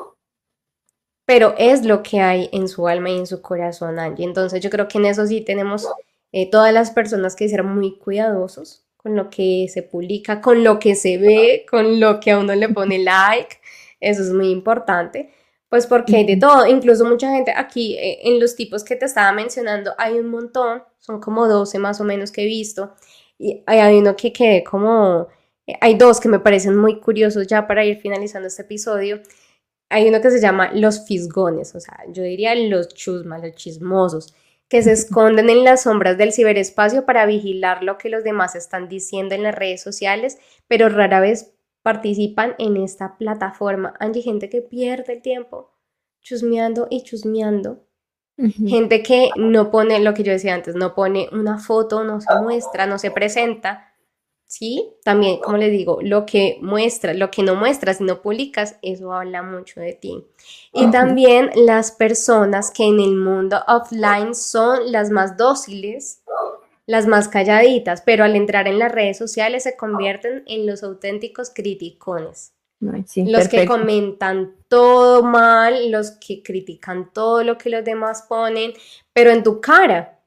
pero es lo que hay en su alma y en su corazón, Angie. Entonces yo creo que en eso sí tenemos eh, todas las personas que ser muy cuidadosos con lo que se publica, con lo que se ve, con lo que a uno le pone like. Eso es muy importante, pues porque hay de Ujú. todo. Incluso mucha gente aquí, eh, en los tipos que te estaba mencionando, hay un montón, son como doce más o menos que he visto. Y hay uno que quedé como... eh, Hay dos que me parecen muy curiosos ya para ir finalizando este episodio. Hay uno que se llama los fisgones, o sea, yo diría los chusmas, los chismosos, que se Ujú. esconden en las sombras del ciberespacio para vigilar lo que los demás están diciendo en las redes sociales, pero rara vez participan en esta plataforma. Hay gente que pierde el tiempo chusmeando y chusmeando. Ujú. Gente que no pone lo que yo decía antes, no pone una foto, no se muestra, no se presenta. Sí, también, como les digo, lo que muestras, lo que no muestras y no publicas, eso habla mucho de ti. Y Ujú. también las personas que en el mundo offline son las más dóciles, las más calladitas, pero al entrar en las redes sociales se convierten en los auténticos criticones. Ay, sí, Los que perfecto. comentan todo mal, los que critican todo lo que los demás ponen, pero en tu cara,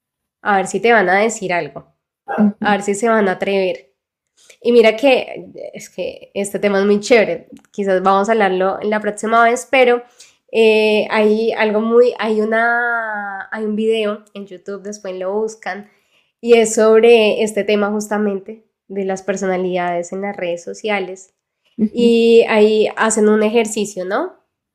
a ver si te van a decir algo, a Ujú. ver si se van a atrever. Y mira que es que este tema es muy chévere, quizás vamos a hablarlo la próxima vez, pero eh, hay algo muy, hay una, hay un video en YouTube, después lo buscan, y es sobre este tema justamente de las personalidades en las redes sociales. Ujú. Y ahí hacen un ejercicio, ¿no?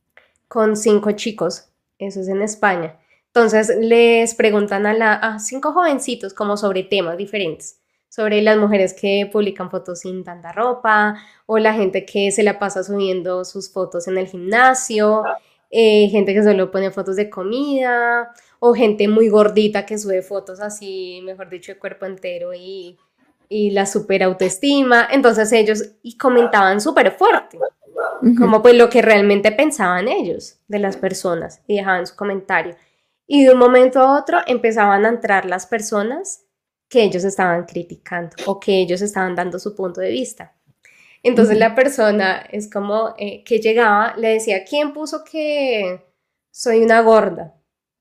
Con cinco chicos, eso es en España. Entonces les preguntan a, la, a cinco jovencitos como sobre temas diferentes, sobre las mujeres que publican fotos sin tanta ropa o la gente que se la pasa subiendo sus fotos en el gimnasio, eh, gente que solo pone fotos de comida o gente muy gordita que sube fotos así, mejor dicho, de cuerpo entero y, y la super autoestima. Entonces ellos y comentaban súper fuerte Ujú. como pues lo que realmente pensaban ellos de las personas y dejaban su comentario. Y de un momento a otro empezaban a entrar las personas que ellos estaban criticando o que ellos estaban dando su punto de vista. Entonces Ujú. la persona es como eh, que llegaba, le decía, ¿quién puso que soy una gorda?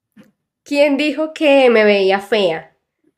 ¿Quién dijo que me veía fea?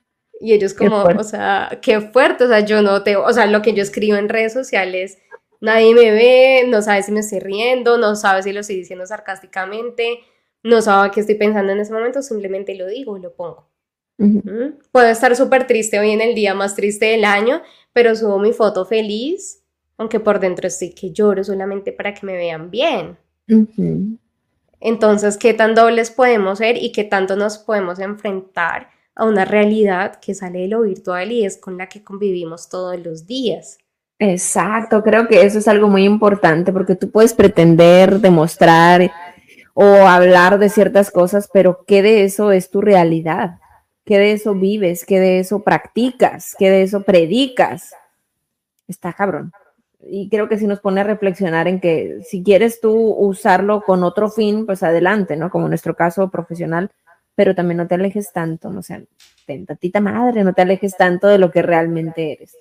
Y ellos Qué como, o fuerte. sea, qué fuerte, o sea, yo no te, o sea, lo que yo escribo en redes sociales, nadie me ve, no sabe si me estoy riendo, no sabe si lo estoy diciendo sarcásticamente, no sabe qué estoy pensando en ese momento, simplemente lo digo y lo pongo. Ujú. ¿Mm? Puedo estar súper triste hoy en el día más triste del año, pero subo mi foto feliz, aunque por dentro estoy que lloro solamente para que me vean bien. Ujú. Entonces, ¿qué tan dobles podemos ser y qué tanto nos podemos enfrentar a una realidad que sale de lo virtual y es con la que convivimos todos los días? Exacto, creo que eso es algo muy importante porque tú puedes pretender, demostrar o hablar de ciertas cosas, pero ¿qué de eso es tu realidad? ¿Qué de eso vives? ¿Qué de eso practicas? ¿Qué de eso predicas? Está cabrón. Y creo que sí nos pone a reflexionar en que si quieres tú usarlo con otro fin, pues adelante, ¿no? Como en nuestro caso profesional, pero también no te alejes tanto, ¿no? O sea, ten tantita madre, no te alejes tanto de lo que realmente eres.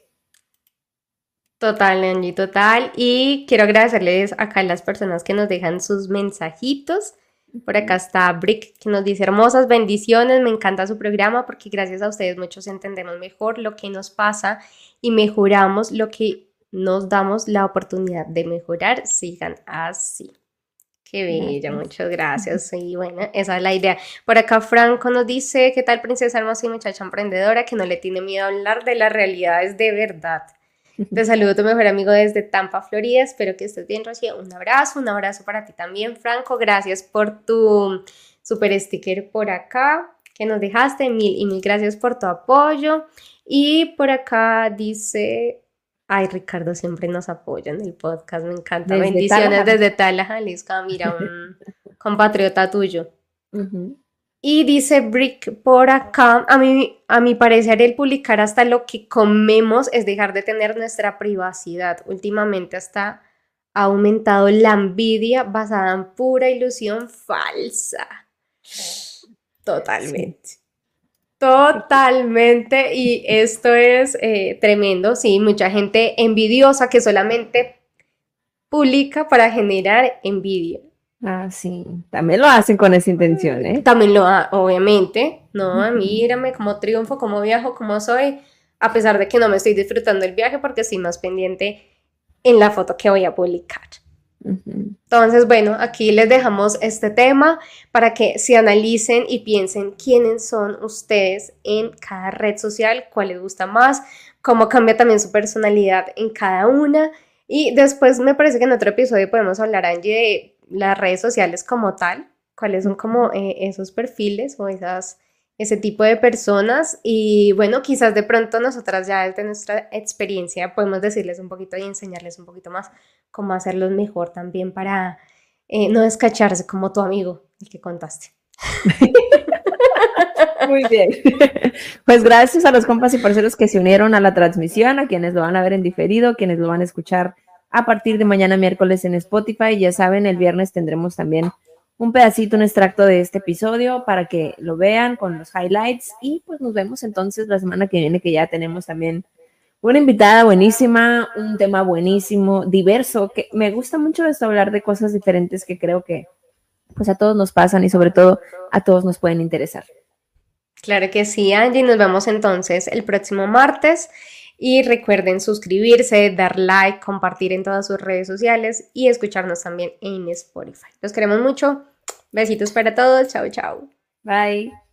Total, Angie, total. Y quiero agradecerles acá a las personas que nos dejan sus mensajitos. Por acá está Brick que nos dice hermosas bendiciones, me encanta su programa porque gracias a ustedes muchos entendemos mejor lo que nos pasa y mejoramos lo que nos damos la oportunidad de mejorar. Sigan así. Qué bella, Gracias. muchas gracias. Y bueno, esa es la idea. Por acá Franco nos dice, ¿qué tal princesa hermosa y muchacha emprendedora que no le tiene miedo a hablar de las realidades de verdad? Te saludo tu mejor amigo desde Tampa, Florida. Espero que estés bien, Rocío. Un abrazo, un abrazo para ti también, Franco. Gracias por tu super sticker por acá que nos dejaste. Mil y mil gracias por tu apoyo. Y por acá dice, ay, Ricardo siempre nos apoya en el podcast. Me encanta. Desde Bendiciones Tallahassee. desde Tala, Jalisco. Mira, un compatriota tuyo. Ujú. Y dice Brick por acá, a mí, a mi parecer el publicar hasta lo que comemos es dejar de tener nuestra privacidad. Últimamente hasta ha aumentado la envidia basada en pura ilusión falsa. Sí. Totalmente. Totalmente. Y esto es eh, tremendo, sí, mucha gente envidiosa que solamente publica para generar envidia. Ah, sí. También lo hacen con esa intención, ¿eh? También lo ha, obviamente, no, Ujú. mírame cómo triunfo, cómo viajo, cómo soy, a pesar de que no me estoy disfrutando el viaje porque estoy más pendiente en la foto que voy a publicar. Ujú. Entonces, bueno, aquí les dejamos este tema para que se analicen y piensen quiénes son ustedes en cada red social, cuál les gusta más, cómo cambia también su personalidad en cada una. Y después me parece que en otro episodio podemos hablar, Angie, de las redes sociales como tal, cuáles son como eh, esos perfiles o esas, ese tipo de personas. Y bueno, quizás de pronto nosotras ya desde nuestra experiencia podemos decirles un poquito y enseñarles un poquito más cómo hacerlos mejor también para eh, no descacharse como tu amigo, el que contaste. Muy bien. Pues gracias a los compas y parceros que se unieron a la transmisión, a quienes lo van a ver en diferido, quienes lo van a escuchar a partir de mañana miércoles en Spotify. Ya saben, el viernes tendremos también un pedacito, un extracto de este episodio para que lo vean con los highlights y pues nos vemos entonces la semana que viene, que ya tenemos también una invitada buenísima, un tema buenísimo, diverso, que me gusta mucho esto, hablar de cosas diferentes que creo que pues a todos nos pasan y sobre todo a todos nos pueden interesar. Claro que sí, Angie. Nos vemos entonces el próximo martes. Y recuerden suscribirse, dar like, compartir en todas sus redes sociales y escucharnos también en Spotify. Los queremos mucho. Besitos para todos. Chao, chao. Bye.